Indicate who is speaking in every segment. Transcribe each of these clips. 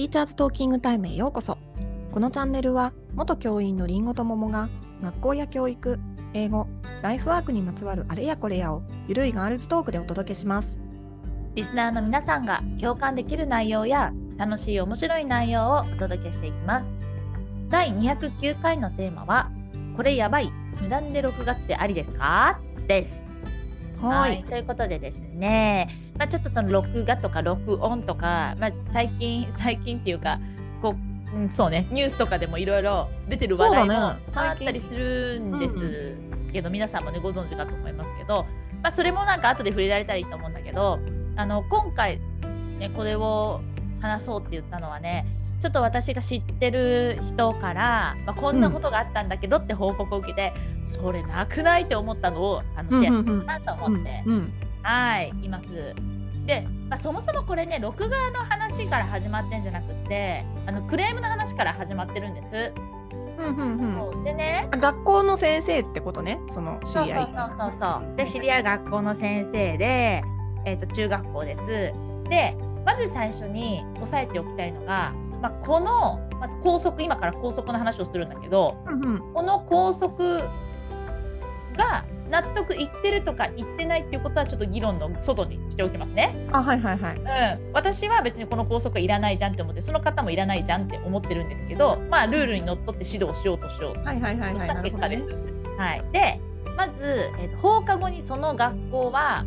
Speaker 1: ティーチャーズトーキングタイムへようこそ。このチャンネルは元教員のりんごと桃が学校や教育、英語、ライフワークにまつわるあれやこれやをゆるいガールズトークでお届けします。
Speaker 2: リスナーの皆さんが共感できる内容や楽しい面白い内容をお届けしていきます。第209回のテーマはこれやばい、無断で録画ってありですか？です。はい、ということでですね、ちょっとその録画とか録音とか、最近っていうかこう、そうね、ニュースとかでもいろいろ出てる話題もあったりするんですけど、皆さんもねご存知かと思いますけど、それもなんか後で触れられたらいいと思うんだけど、今回ねこれを話そうって言ったのはね、ちょっと私が知ってる人から、こんなことがあったんだけどって報告を受けて、それなくないって思ったのをシェアしたなと思っています。で、そもそもこれね録画の話から始まってんじゃなくて、クレームの話から始まってるんです。でね、
Speaker 1: 学校の先生ってことね、その知り合い。
Speaker 2: そうで、知り合い学校の先生で、中学校です。で、まず最初に押さえておきたいのが、このまず校則、今から校則の話をするんだけど、この校則が納得いってるとかいってないっていうことはちょっと議論の外にしておきますね。私は別にこの校則はいらないじゃんって思って、その方もいらないじゃんって思ってるんですけど、ルールにのっとって指導しようとした結果です。で、まず、放課後にその学校は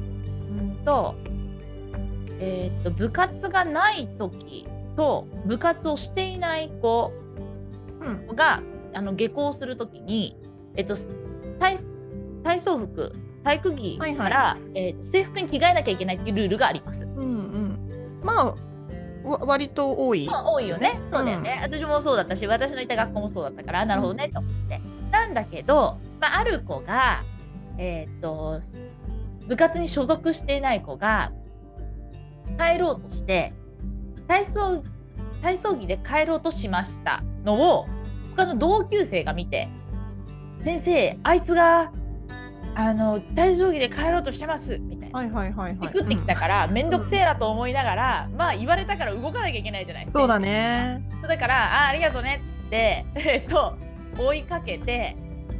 Speaker 2: 部活がない時と部活をしていない子が、下校する時に、体操服、体育着から、制服に着替えなきゃいけないっていうルールがあります。
Speaker 1: 割と多い。
Speaker 2: 多いよね。そうだよね。私もそうだったし、私のいた学校もそうだったから、なるほどねと思って。なんだけど、ある子が、部活に所属していない子が帰ろうとして体操着で帰ろうとしましたのを他の同級生が見て、先生あいつが体操着で帰ろうとしてますみたいなチクってきたから、めんどくせえなと思いながら、言われたから動かなきゃいけないじゃない。
Speaker 1: そうだね。
Speaker 2: だからありがとうねって追いかけて、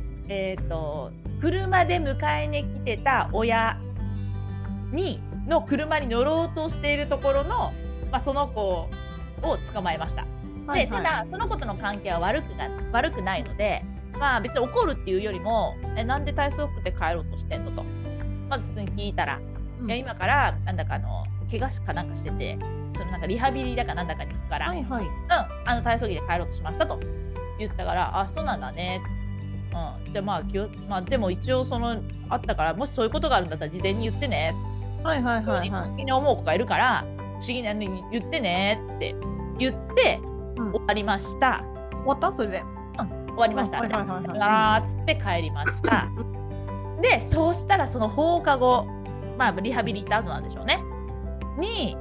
Speaker 2: 車で迎えに来てた親の車に乗ろうとしているところの、その子を捕まえました。で、ただその子との関係は悪くないので、別に怒るっていうよりも、なんで体操服で帰ろうとしてんのとまず普通に聞いたら、いや今からなんだか怪我かなんかしてて、そのなんかリハビリだかなんだかに行くから、体操着で帰ろうとしましたと言ったから、あ、そうなんだね。じゃあでも一応あったから、もしそういうことがあるんだったら事前に言ってね。不思議に思う子がいるから不思議なのに言ってねって言って終わりました。
Speaker 1: 終わった？それで
Speaker 2: 終わりました。だなーっつって帰りました。で、そうしたらその放課後、リハビリ行った後なんでしょうねに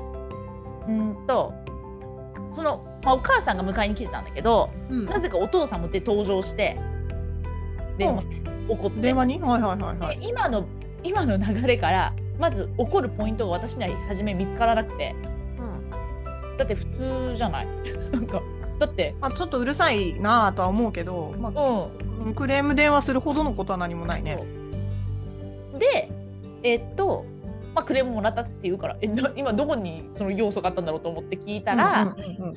Speaker 2: その、お母さんが迎えに来てたんだけど、なぜかお父さんも登場して電話で怒って、
Speaker 1: 電話に
Speaker 2: 今の流れからまず怒るポイントが私には初め見つからなくて、だって普通じゃないなんかだって
Speaker 1: ちょっとうるさいなとは思うけど、クレーム電話するほどのことは何もないね。で、
Speaker 2: クレームもらったっていうから、今どこにその要素があったんだろうと思って聞いたら、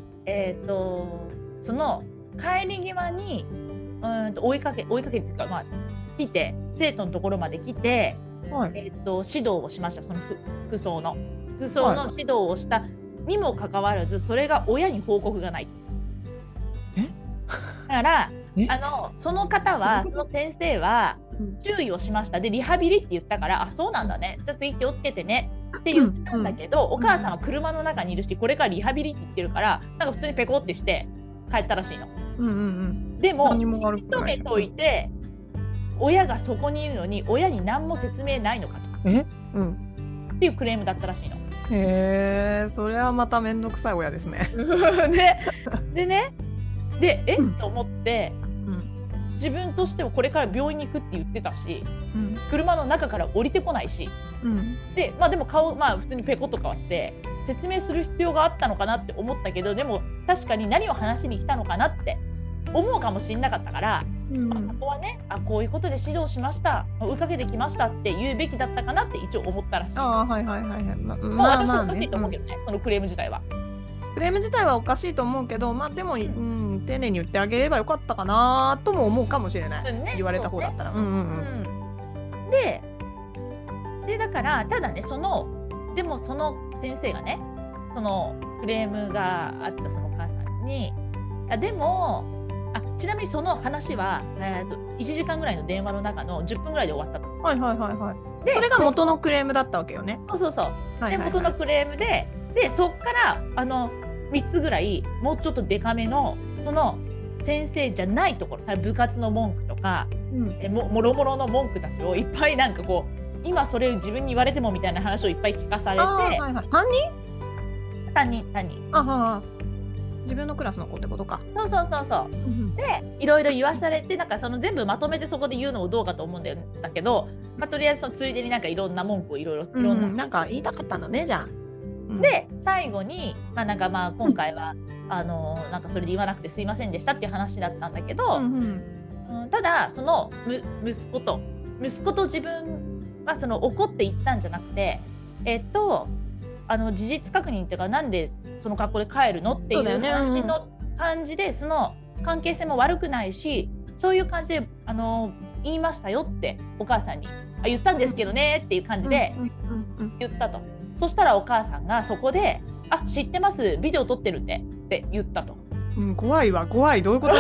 Speaker 2: その帰り際に追いかけっていうか、来て生徒のところまで来て、指導をしました。その服装の指導をしたにもかかわらず、それが親に報告がない。だからその方はその先生は注意をしました。でリハビリって言ったから、あ、そうなんだね、じゃあ次気をつけてねって言ったんだけど、お母さんは車の中にいるし、これからリハビリって言ってるから、なんか普通にペコってして帰ったらしいの。でも認めといて親がそこにいるのに親に何も説明ないのかとっていうクレームだったらしいの。
Speaker 1: へえ、それはまためんどくさい親ですね。
Speaker 2: と思って、自分としてもこれから病院に行くって言ってたし、車の中から降りてこないし、でも顔普通にペコとかはして、 説明する必要があったのかなって思ったけど、でも確かに何を話しに来たのかなって思うかもしれなかったから、そこはね、こういうことで指導しました、追いかけてきましたって言うべきだったかなって一応思ったらしい。
Speaker 1: はいはいはいはい。
Speaker 2: 私はおかしいと思うけどね、そのクレーム自体は。
Speaker 1: クレーム自体はおかしいと思うけど、でも、丁寧に言ってあげればよかったかなとも思うかもしれない。言われた方だったら。
Speaker 2: でだからただね、でもその先生がね、そのクレームがあったそのお母さんに、でもちなみにその話は、1時間ぐらいの電話の中の10分ぐらいで終わったと。
Speaker 1: はいはいはいはい。でそれが元のクレームだったわけよね。
Speaker 2: そう。で元のクレームでそっから3つぐらいもうちょっとデカめのその先生じゃないところ、部活の文句とか、もろもろの文句たちをいっぱいなんかこう、今それ自分に言われてもみたいな話をいっぱい聞かされて、担任
Speaker 1: 自分のクラスの子ってことか。
Speaker 2: そうでいろいろ言わされて、なんかその全部まとめてそこで言うのもどうかと思うんだけど、とりあえずそのついでになんかいろんな文句をいろんな
Speaker 1: なんか言いたかったんだね、じゃあ。
Speaker 2: で最後になんか今回はなんかそれで言わなくてすいませんでしたっていう話だったんだけど、ただその息子と自分はその怒って言ったんじゃなくて、事実確認っていうか、なんでその格好で帰るのっていう話の感じで、その関係性も悪くないし、そういう感じで言いましたよってお母さんに言ったんですけどねっていう感じで言ったと。そしたらお母さんがそこで知ってます、ビデオ撮ってるって言ったと。
Speaker 1: 怖いわ、怖い。どういうこと？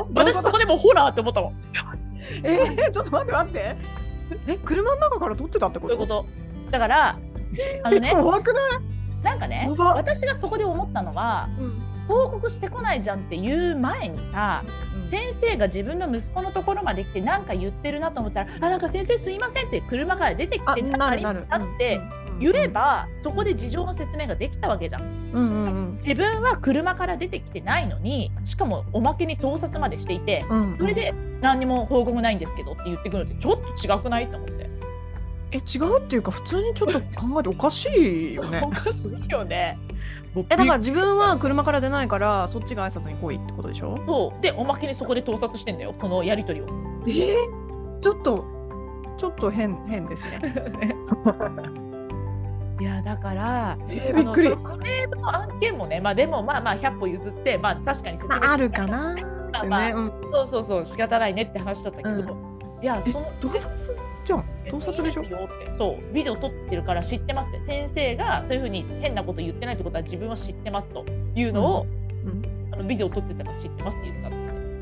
Speaker 2: 私そこでもうホラーって思ったもん。
Speaker 1: ちょっと待って。車の中から撮ってたってこと？
Speaker 2: そういうこと。だから
Speaker 1: 怖くない？
Speaker 2: なんかね、私がそこで思ったのは、報告してこないじゃんっていう前にさ、先生が自分の息子のところまで来て何か言ってるなと思ったら、なんか先生すいませんって車から出てきて何かありましたって言えば、そこで事情の説明ができたわけじゃん。自分は車から出てきてないのに、しかもおまけに盗撮までしていて、それで何にも報告ないんですけどって言ってくるのってちょっと違くないと思って。
Speaker 1: 違うっていうか、普通にちょっと考えておかしいよね。
Speaker 2: おかしいよね。
Speaker 1: だから自分は車から出ないからそっちが挨拶に来いってことでしょ？
Speaker 2: そうで、おまけにそこで盗撮してんだよ、そのやり取りを。
Speaker 1: ちょっと変ですね。
Speaker 2: いやだから、
Speaker 1: びっくり。
Speaker 2: クレームの案件もね、でも100歩譲って、確かに説明
Speaker 1: あるかなってね。
Speaker 2: そう仕方ないねって話だったけど、いやその
Speaker 1: 盗撮じゃん。盗撮でしょ？
Speaker 2: そうビデオ撮ってるから知ってますって、先生がそういう風に変なこと言ってないってことは自分は知ってますというのを、ビデオ撮ってたから知ってますって言った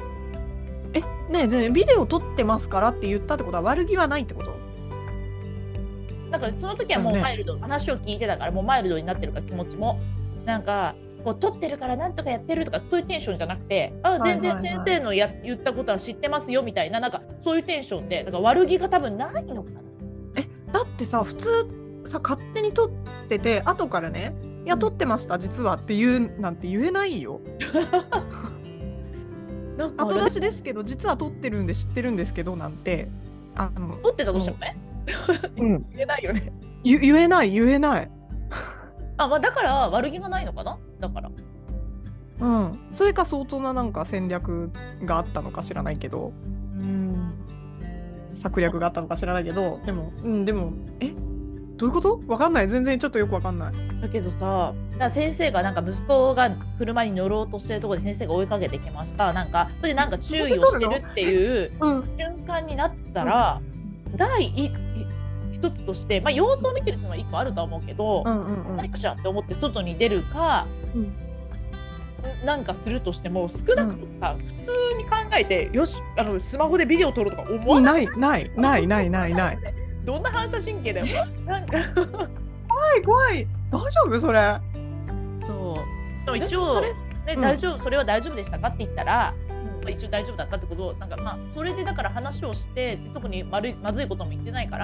Speaker 2: の。
Speaker 1: ビデオ撮ってますからって言ったってことは悪気はないってこと？
Speaker 2: だからその時はもうマイルド、話を聞いてたからもうマイルドになってるから、気持ちもなんかこう撮ってるからなんとかやってるとかそういうテンションじゃなくて、全然先生の言ったことは知ってますよみたいな、なんかそういうテンションで、だから悪気が多分ないのかな。
Speaker 1: だってさ、普通さ勝手に撮ってて後からね、いや撮ってました実はって言うなんて言えないよ。後出しですけど実は撮ってるんで知ってるんですけどなんて
Speaker 2: 撮ってたとしてもね。言えないよね。
Speaker 1: 言えない。
Speaker 2: だから悪気がないのかな。だから
Speaker 1: それか相当ななんか戦略があったのか知らないけど、策略があったのか知らないけど、でもどういうこと？わかんない。全然ちょっとよくわかんない。
Speaker 2: だけどさ、先生がなんか息子が車に乗ろうとしてるところで先生が追いかけてきました。なんかそれでなんか注意をしてるっていう瞬間になったら、第一つとして、様子を見てるっていうのは一個あるとは思うけど、何かしらって思って外に出るか、なんかするとしても、少なくともさ、普通に考えてよしスマホでビデオ撮るとか思わない。
Speaker 1: ない。
Speaker 2: どんな反射神経だよ。なんか
Speaker 1: 怖い。大丈夫それ？
Speaker 2: そう。でも一応大丈夫、それは大丈夫でしたかって言ったら、一応大丈夫だったってことを、なんかそれでだから話をして特にまずいことも言ってないから、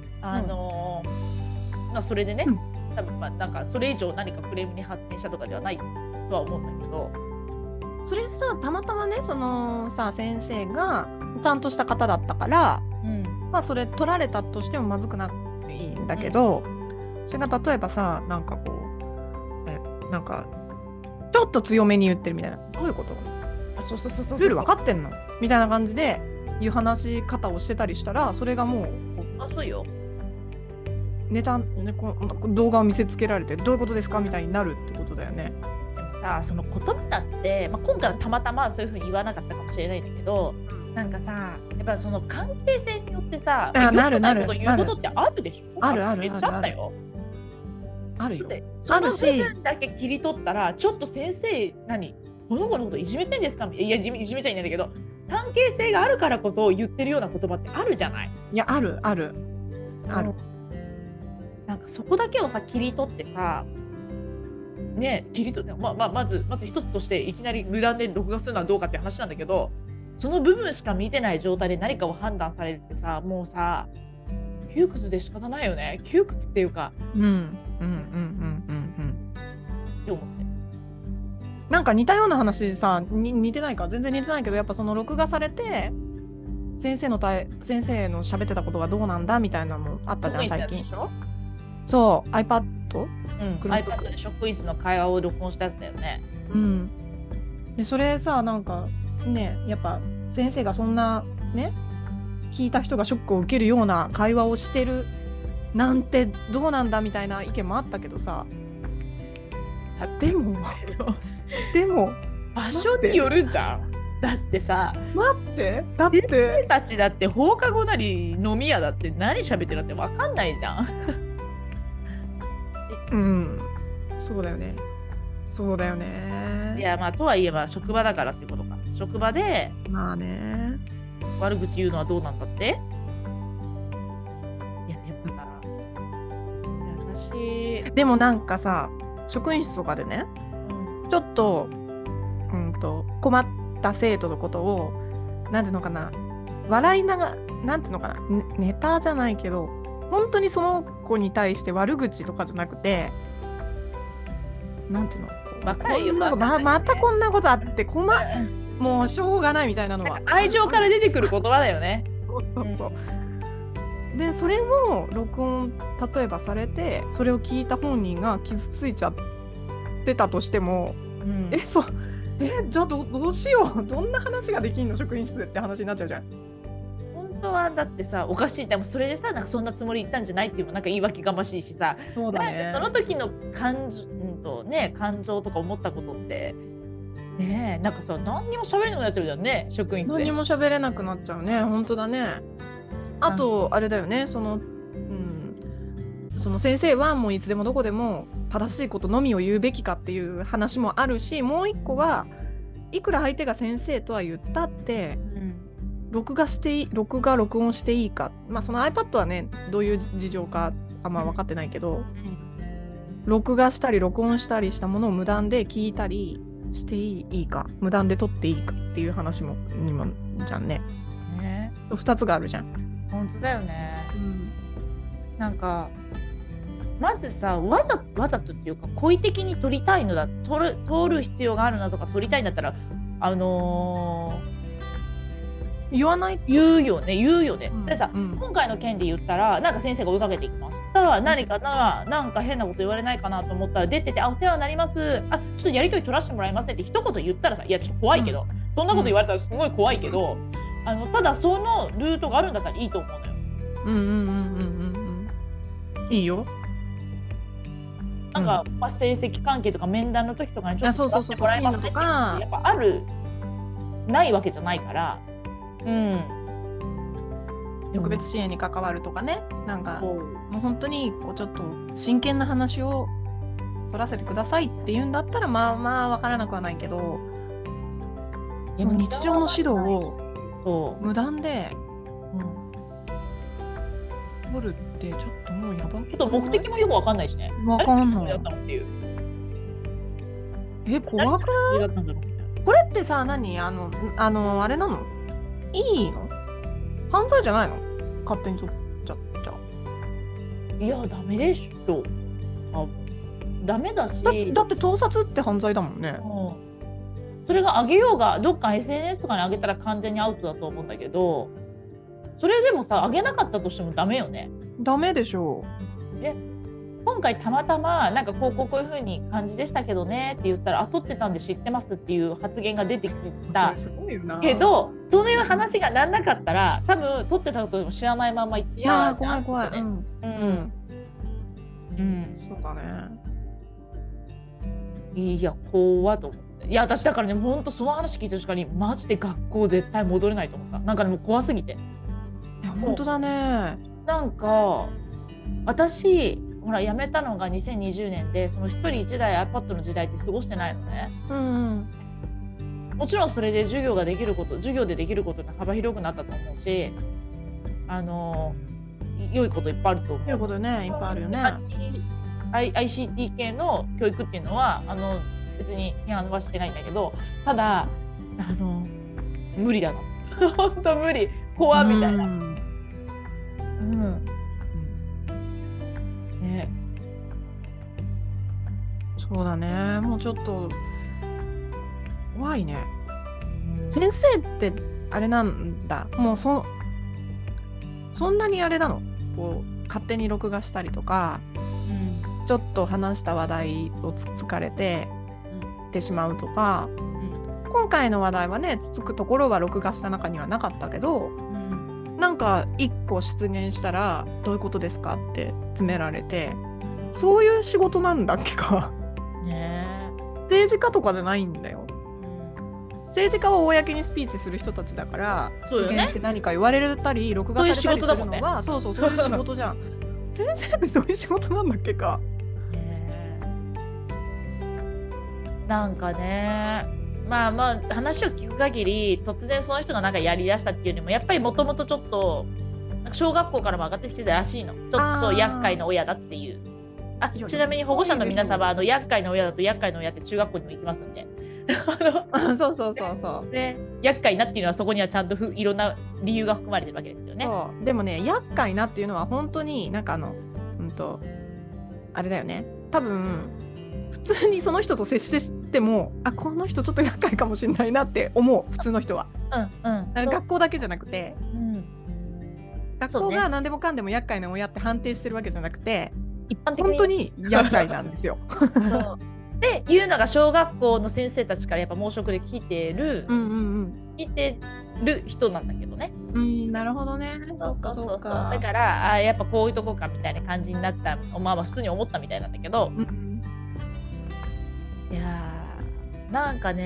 Speaker 2: それでね、多分なんかそれ以上何かクレームに発展したとかではないとは思うんだけど。
Speaker 1: それさ、たまたまね、そのさ先生がちゃんとした方だったから、それ取られたとしてもまずくないんだけど、それが例えばさ、なんかこなんかちょっと強めに言ってるみたいな、どういうこと？
Speaker 2: そうそうそうそう。
Speaker 1: ルール分かってんのみたいな感じでいう話し方をしてたりしたら、それがもう
Speaker 2: そうよ。
Speaker 1: ネタ、ね、動画を見せつけられてどういうことですかみたいになるってことだよね。
Speaker 2: でもさ、その言葉だって、今回はたまたまそういうふうに言わなかったかもしれないんだけど、なんかさ、やっぱその関係性によってさ、
Speaker 1: なる
Speaker 2: こと言うことってあるでしょ。
Speaker 1: ある
Speaker 2: めっちゃあったよ。
Speaker 1: あるよ。
Speaker 2: その部分だけ切り取ったら、ちょっと先生この子のこといじめてんですか？いや、いじめちゃいないんだけど、関係性があるからこそ言ってるような言葉ってあるじゃない。
Speaker 1: いや、ある。
Speaker 2: なんかそこだけをさ切り取ってさ、ね、切り取って、まず一つとしていきなり無断で録画するのはどうかって話なんだけど、その部分しか見てない状態で何かを判断されるってさ、もうさ窮屈で仕方ないよね。窮屈っていうか、って思って。
Speaker 1: なんか似たような話さ、似てないか、全然似てないけど、やっぱその録画されて先生の喋ってたことがどうなんだみたいなのあったじゃん最近。そう、iPad？
Speaker 2: iPad で職員室の会話を録音したやつだよね。
Speaker 1: でそれさ、なんかね、やっぱ先生がそんなね、聞いた人がショックを受けるような会話をしてるなんてどうなんだみたいな意見もあったけどさ、でも
Speaker 2: 場所によるじゃん。だってさ、
Speaker 1: だって先
Speaker 2: 生たちだって放課後なり飲み屋だって何喋ってるって分かんないじゃん。
Speaker 1: そうだよね。
Speaker 2: いや、とはいえ職場だからってことか。職場で
Speaker 1: まあね、
Speaker 2: 悪口言うのはどうなんだって。いやでもさ、私
Speaker 1: でもなんかさ、職員室とかでね、ちょっと困った生徒のことをなんていうのかな、笑いながら、なんていうのかな、ネタじゃないけど、本当にその子に対して悪口とかじゃなくて、なんていうの、
Speaker 2: わかるよ、
Speaker 1: またこんなことあってもうしょうがないみたいなのは
Speaker 2: 愛情から出てくる言葉だよね。
Speaker 1: でそれも録音例えばされて、それを聞いた本人が傷ついちゃってたとしても、じゃあどうしよう、どんな話ができんの職員室でって話になっちゃうじゃん。
Speaker 2: 本当はだってさ、おかしい。でもそれでさ、なんかそんなつもり言ったんじゃないっていうのもなんか言い訳がましいしさ、
Speaker 1: そうだね、
Speaker 2: なんかその時の感情とか思ったことってね、なんかさ、何にも喋れなくなっちゃうじゃんね、職員室で。
Speaker 1: 何にも喋れなくなっちゃうね。本当だね。あとあれだよね、その先生はもういつでもどこでも正しいことのみを言うべきかっていう話もあるし、もう一個はいくら相手が先生とは言ったって、録音していいか、その iPad はね、どういう事情かあんま分かってないけど、録画したり録音したりしたものを無断で聞いたりしていいか、無断で撮っていいかっていう話もじゃんね。2つがあるじゃん。
Speaker 2: 本当だよね。なんかまずさ、わざとっていうか故意的に撮りたいのだ、撮る必要があるなとか撮りたいんだったら
Speaker 1: 言わない？
Speaker 2: 言うよね。でさ、今回の件で言ったら、なんか先生が追いかけていきました。何かなんか変なこと言われないかなと思ったら出てて、お世話になります。ちょっとやりとり取らせてもらいますねって一言言ったらさ、いやちょっと怖いけど、そんなこと言われたらすごい怖いけど、ただそのルートがあるんだったらいいと思うのよ。
Speaker 1: いいよ。
Speaker 2: なんか、成績関係とか面談の時とかにちょっと取らせてもらいますねってやっぱないわけじゃないから。
Speaker 1: 特別支援に関わるとかね、なんかもう本当にちょっと真剣な話を取らせてくださいって言うんだったら分からなくはないけど、その日常の指導を無断で取るってちょっともうやばくない？
Speaker 2: ちょっと目的もよく分かんないしね。
Speaker 1: 分かんない。怖くない？これってさ、何あれなの？いいの？犯罪じゃないの？勝手に取っちゃっちゃう。
Speaker 2: いや、ダメでしょ。ダメだし。
Speaker 1: だって盗撮って犯罪だもんね。
Speaker 2: それが上げようが、どっか SNS とかに上げたら完全にアウトだと思うんだけど、それでもさ、上げなかったとしてもダメよね。
Speaker 1: ダメでしょう。
Speaker 2: 今回たまたまなんかこういう風に感じでしたけどねって言ったら、撮ってたんで知ってますっていう発言が出てきた
Speaker 1: すごいよな。
Speaker 2: けど、そういう話がなんなかったら多分撮ってたことでも知らないまま行った
Speaker 1: い
Speaker 2: じゃん。
Speaker 1: やー怖い怖い。
Speaker 2: ね。
Speaker 1: そうだね。
Speaker 2: いや怖っと思って。いや私だからね、ほんとその話聞いた瞬間にマジで学校絶対戻れないと思った。なんかでも怖すぎて。
Speaker 1: いや本当だね。
Speaker 2: なんか私ほら辞めたのが2020年で、その一人一台 iPad の時代って過ごしてないのね。もちろんそれで授業でできることが幅広くなったと思うし、良いこといっぱいあると思う。
Speaker 1: 良いことね、いっぱいあるよね。
Speaker 2: ICT 系の教育っていうのは別に批判はしてないんだけど、ただ無理だな本当無理、怖みたいな。ね、
Speaker 1: そうだね。もうちょっと怖いね。先生ってあれなんだ。もうそんなにあれなの？こう勝手に録画したりとか、ちょっと話した話題をつつかれてってしまうとか、今回の話題はね、つつくところは録画した中にはなかったけど、なんか一個出現したらどういうことですかって詰められて、そういう仕事なんだっけか。
Speaker 2: ね、
Speaker 1: 政治家とかじゃないんだよ。政治家は公にスピーチする人たちだから、出現して何か言われたり録画されたりするのはそういう仕事じゃん。先生ってそういう仕事なんだっけか。
Speaker 2: なんかね、まあ話を聞く限り突然その人がなんかやりだしたっていうよりも、やっぱりもともとちょっと小学校からも上がってきてたらしいの。ちょっと厄介な親だっていう。ちなみに保護者の皆様、厄介な親だと厄介な親って中学校にも行きますんで
Speaker 1: そう
Speaker 2: ね、厄介なっていうのはそこにはちゃんといろんな理由が含まれてるわけですよね。
Speaker 1: でもね、厄介なっていうのは本当になんかあれだよね。多分普通にその人と接しても、この人ちょっと厄介かもしれないなって思う、普通の人は。学校だけじゃなくて、学校が何でもかんでも厄介な親って判定してるわけじゃなくて、一般的に本当に厄介なんですよ。
Speaker 2: っていうのが小学校の先生たちからやっぱ申し送り聞いてる人なんだけどね。
Speaker 1: なるほどね。そうか。
Speaker 2: だからやっぱこういうとこかみたいな感じになった、普通に思ったみたいなんだけど、いやなんか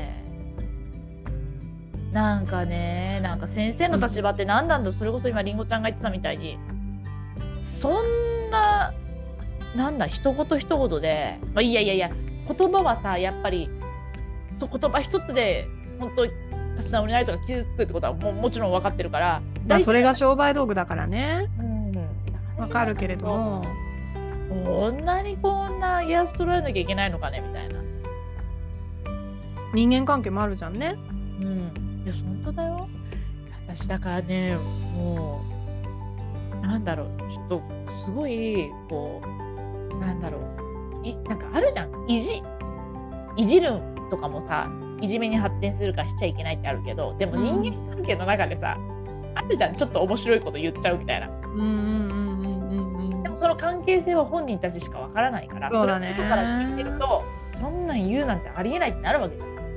Speaker 2: 先生の立場って何なんだ、それこそ今りんごちゃんが言ってたみたいに、そんな一言一言で、いや言葉はさ、やっぱり言葉一つで本当立ち直れないとか傷つくってことはもちろん分かってるから、
Speaker 1: それが商売道具だからね。分かるけれども、
Speaker 2: こんな癒し取られなきゃいけないのかねみたいな。
Speaker 1: 人間関係もあるじゃんね。
Speaker 2: いや本当だよ。私だからね、もうちょっとすごいなんかあるじゃん、いじるとかもさ、いじめに発展するかしちゃいけないってあるけど、でも人間関係の中でさ、あるじゃん、ちょっと面白いこと言っちゃうみたいな。でもその関係性は本人たちしかわからないから、
Speaker 1: そうだね、
Speaker 2: それから聞いてるとそんなん言うなんてありえないってなるわけじゃん。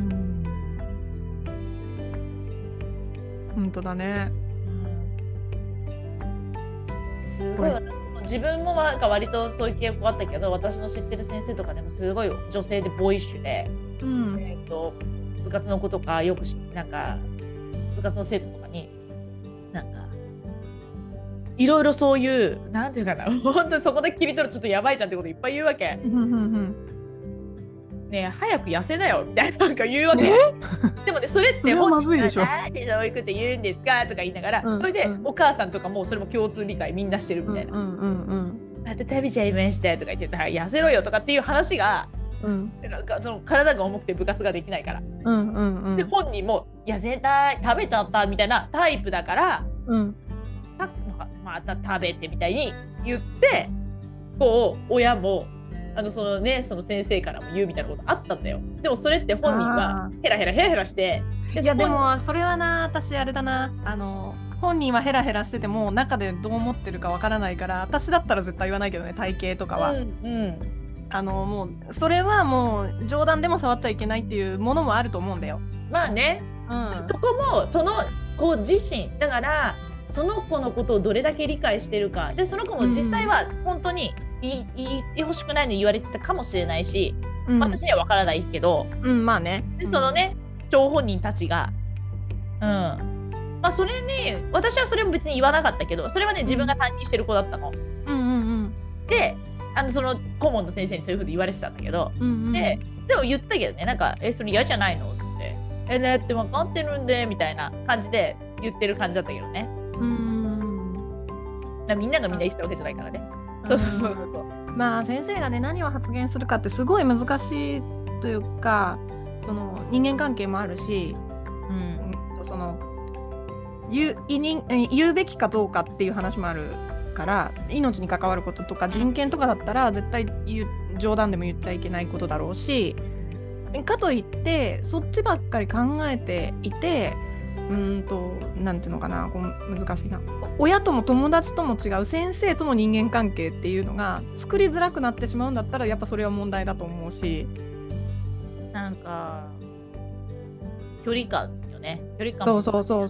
Speaker 1: 本当だね。
Speaker 2: すごい、私も自分も割とそういう傾向あったけど、私の知ってる先生とかでもすごい女性でボーイッシュで、部活の子とかよく部活の生徒とかにいろいろそういうなんていうかな、本当にそこで切り取るとちょっとやばいじゃんってこといっぱい言うわけ。ねえ早く痩せなよみたいな言うわけ。でもね、それって
Speaker 1: 本人が
Speaker 2: なんでそういうこと言うんですかとか言いながら、それでお母さんとかもそれも共通理解みんなしてるみたいな。また食べちゃいましたとか言ってたら痩せろよとかっていう話が、その体が重くて部活ができないから、で本人もいや絶対食べちゃったみたいなタイプだから、また食べてみたいに言って、親もその先生からも言うみたいなことあったんだよ。でもそれって本人はヘラヘラして、
Speaker 1: いやでもそれはな、私あれだな、 本人はヘラヘラしてても中でどう思ってるかわからないから、私だったら絶対言わないけどね、体型とかは。もうそれはもう冗談でも触っちゃいけないっていうものもあると思うんだよ。
Speaker 2: まあね、そこもその子自身だから、その子のことをどれだけ理解してるかで、その子も実際は本当に言ってほしくないのに言われてたかもしれないし、私には分からないけど、
Speaker 1: まあね、
Speaker 2: でそのね張本人たちがまあそれね、私はそれも別に言わなかったけど、それはね自分が担任してる子だったの。でその顧問の先生にそういうふうに言われてたんだけど、でも言ってたけどね、なんかそれ嫌じゃないのってねって分かってるんでみたいな感じで言ってる感じだったけどね。みんながみんな言ってたわけじゃないからね。そう
Speaker 1: まあ先生がね何を発言するかってすごい難しいというか、その人間関係もあるし、その言うべきかどうかっていう話もあるから、命に関わることとか人権とかだったら絶対冗談でも言っちゃいけないことだろうし、かといってそっちばっかり考えていて、なんていうのかな、難しいな、親とも友達とも違う先生との人間関係っていうのが作りづらくなってしまうんだったら、やっぱそれは問題だと思うし、
Speaker 2: なんか距離感よね。距離感
Speaker 1: そう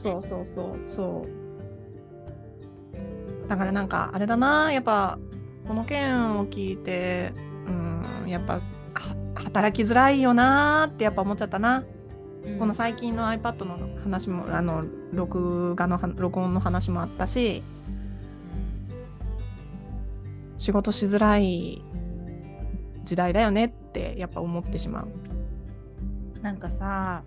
Speaker 1: だからなんかあれだな、やっぱこの件を聞いて、やっぱ働きづらいよなってやっぱ思っちゃったな。この最近の iPad の話も録音の話もあったし、仕事しづらい時代だよねってやっぱ思ってしまう。
Speaker 2: なんかさ、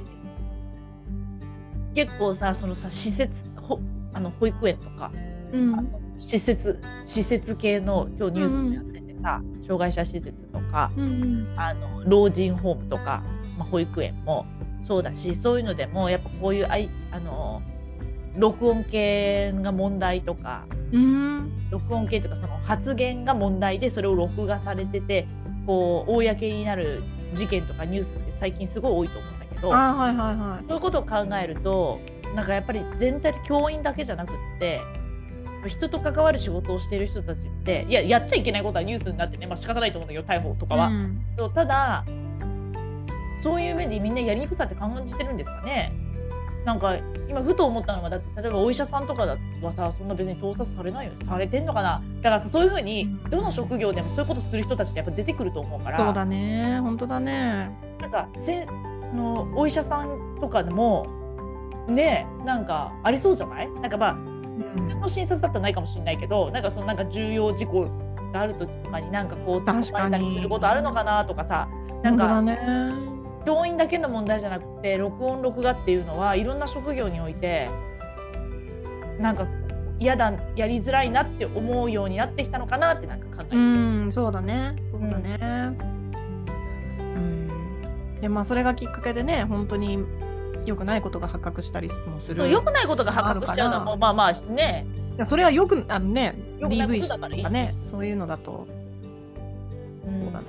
Speaker 2: 結構さ、そのさ施設保育園とか、施設系の今日ニュースもやっててさ、障害者施設とか、老人ホームとか、保育園もそうだし、そういうのでもやっぱこういう録音系が問題とか、録音系とかその発言が問題でそれを録画されててこう公になる事件とかニュースって最近すごい多いと思うんだけど、そういうことを考えると、なんかやっぱり全体で教員だけじゃなくって人と関わる仕事をしている人たちって、やっちゃいけないことはニュースになってね、仕方ないと思うんだけど、逮捕とかは、そう、ただそういう目でみんなやりにくさって感じてるんですかね。なんか今ふと思ったのは、だって例えばお医者さんとかはさ、そんな別に盗撮されないよね、されてんのかな。だからさ、そういう風にどの職業でもそういうことする人たちってやっぱ出てくると思うから。
Speaker 1: そうだね、本当だね。
Speaker 2: なんかお医者さんとかでもね、なんかありそうじゃない？なんか普通の診察だったらないかもしれないけど、なんかそのなんか重要事項がある時とかになんかこう突っ込まれたりすることあるのかなとかさ、なんか教員だけの問題じゃなくて録音録画っていうのはいろんな職業においてなんかやりづらいなって思うようになってきたのかなってなんか考えて。
Speaker 1: そうだね。でそれがきっかけでね、本当に良くないことが発覚したりもする。
Speaker 2: 良くないことが発覚しちゃうのもね。
Speaker 1: いやそれはよくね、DV とかね、そういうのだと、そうだね。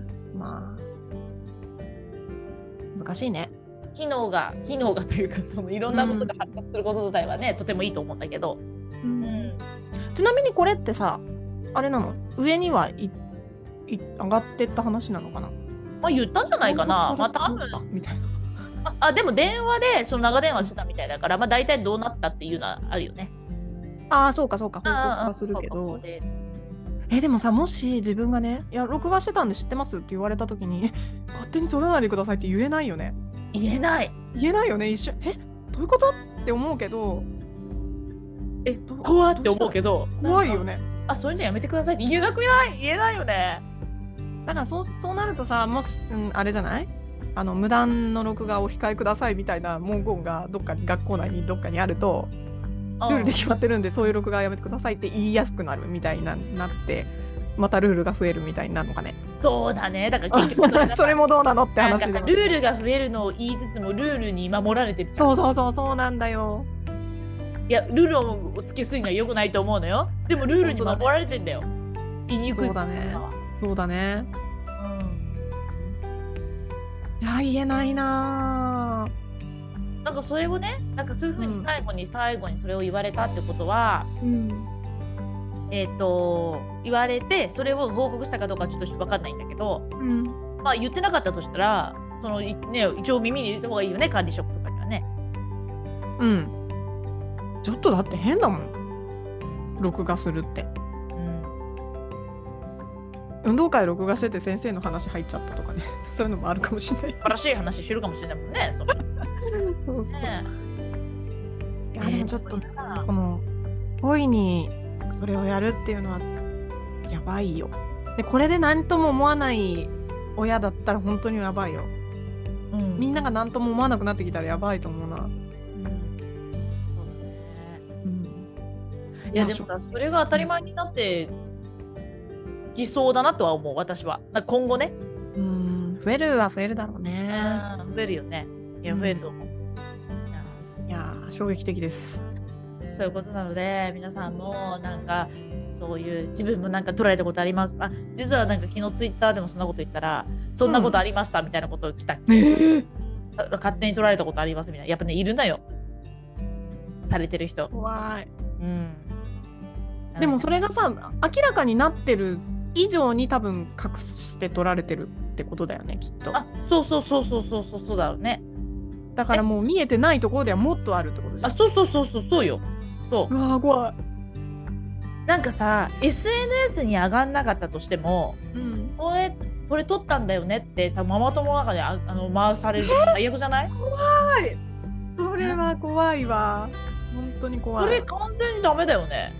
Speaker 1: 難しいね。
Speaker 2: 機能がというか、そのいろんなことが発達すること自体はね、とてもいいと思うんだけど。
Speaker 1: ちなみにこれってさ、あれなの？上には上がってった話なのかな？
Speaker 2: 言ったんじゃないかな。多分
Speaker 1: みたいな。
Speaker 2: でも電話でその長電話してたみたいだから、大体どうなったっていうのはあるよね。
Speaker 1: そうか報告はするけど。でもさ、もし自分がね、録画してたんで知ってますって言われた時に、勝手に撮らないでくださいって言えないよね。
Speaker 2: 言えない
Speaker 1: よね。一瞬どういうことって思うけど、
Speaker 2: 怖って思うけど、
Speaker 1: 怖いよね。
Speaker 2: そういうのやめてくださいって言えないよね。
Speaker 1: だからそうなるとさ、もし、あれじゃない？無断の録画をお控えくださいみたいな文言が学校内にどっかにあると、ルールで決まってるんで、そういう録画やめてくださいって言いやすくなるみたいになって、またルールが増えるみたいになるのかね。
Speaker 2: そうだね。だから結局
Speaker 1: それもどうなのって話で。
Speaker 2: ルールが増えるのを言いつつもルールに守られてるじゃん。
Speaker 1: そうなんだよ。
Speaker 2: いや、ルールをつけすぎるのは良くないと思うのよ。でもルールに守られてんだよ。言いにくい。
Speaker 1: そうだね。いや、言えないな。
Speaker 2: なんかそれをね、なんかそういうふうに最後にそれを言われたってことは、言われてそれを報告したかどうかちょっと分かんないんだけど、まあ言ってなかったとしたら、そのね、一応耳に入れた方がいいよね、管理職とかにはね。
Speaker 1: ちょっとだって変だもん、録画するって。運動会録画してて先生の話入っちゃったとかねそういうのもあるかもしれない。
Speaker 2: 素晴らしい話してるかもしれないもんね。そう
Speaker 1: そう。いやでもちょっと、この恋にそれをやるっていうのはやばいよ。でこれで何とも思わない親だったら本当にやばいよ。みんなが何とも思わなくなってきたらやばいと思うな。そうだね。いやでもさ、それが当たり前になってきそうだなとは思う、私は。今後ね。増えるは増えるだろうね。増えるよね。いや、増えると思う。いや、 衝撃的です。
Speaker 2: そういうことなので、皆さんもなんかそういう自分もなんか取られたことあります。実はなんか昨日ツイッターでもそんなこと言ったら、そんなことありましたみたいなことを来たっけ。勝手に取られたことありますみたいな。やっぱね、いるのよ。されてる人。
Speaker 1: 怖い。でもそれがさ、明らかになってる以上に多分隠して取られてるってことだよね、きっと。
Speaker 2: そうだろうね。
Speaker 1: だからもう見えてないところではもっとあるってことじゃん。
Speaker 2: そうよ。そう。
Speaker 1: うわー怖い。
Speaker 2: なんかさ、SNS に上がんなかったとしても、これ撮ったんだよねって多分ママ友の中で回されると最悪じゃない？
Speaker 1: 怖い。それは怖いわ。本当に怖い。
Speaker 2: これ完全にダメだよね。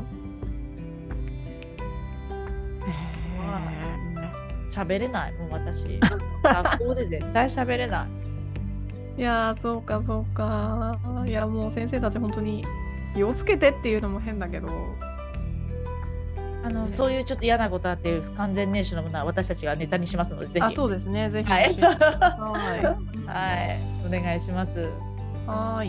Speaker 2: 喋れない、もう私。学校で絶対喋れない。
Speaker 1: いやー、そうかそうか。いや、もう先生たち本当に気をつけてっていうのも変だけど、
Speaker 2: そういうちょっと嫌なことあって不完全燃焼のものは私たちがネタにしますので、ぜひ。
Speaker 1: そうですね、ぜひ。
Speaker 2: はい、
Speaker 1: はい
Speaker 2: お願いします。
Speaker 1: はい、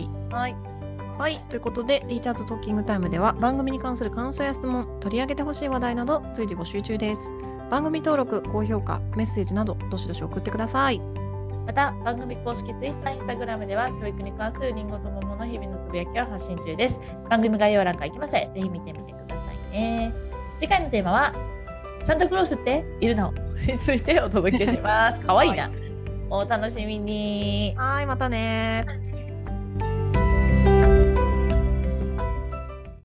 Speaker 1: ということで、ティーチャーズトーキングタイムでは番組に関する感想や質問、取り上げてほしい話題など随時募集中です。番組登録、高評価、メッセージなどどしどし送ってください。
Speaker 2: また番組公式 Twitter、Instagram では教育に関するりんごと桃の日々のつぶやきを発信中です。番組概要欄から行きません。ぜひ見てみてくださいね。次回のテーマはサンタクロースっているのについてお届けします。かわいいな。お楽しみに。
Speaker 1: はい、またね。